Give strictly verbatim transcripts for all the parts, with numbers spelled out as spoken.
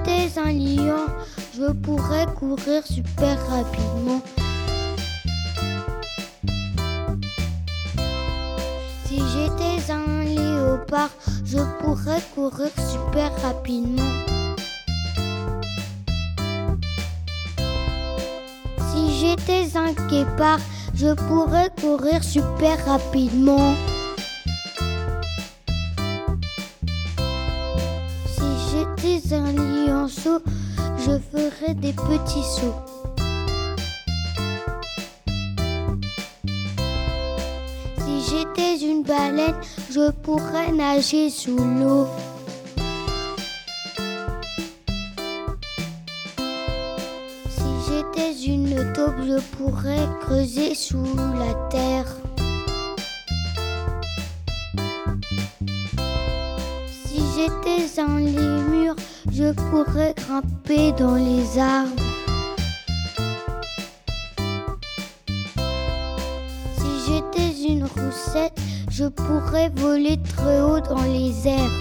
j'étais un lion, je pourrais courir super rapidement. Si j'étais un léopard, je pourrais courir super rapidement. Si j'étais un guépard, je pourrais courir super rapidement. Si j'étais un lionceau, je ferais des petits sauts. Si j'étais une baleine, je pourrais nager sous l'eau. Si j'étais une taupe, je pourrais creuser sous la terre. Si j'étais un lémur, je pourrais grimper dans les arbres. Si j'étais une roussette, je pourrais voler très haut dans les airs.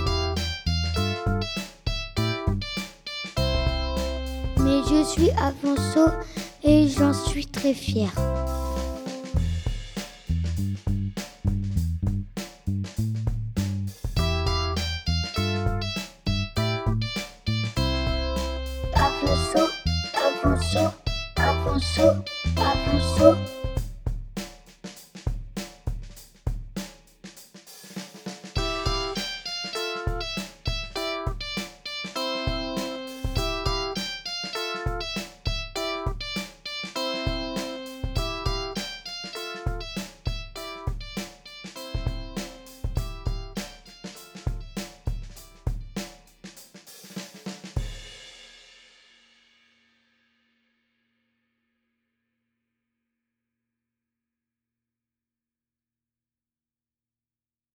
Mais je suis avanceau et j'en suis très fière.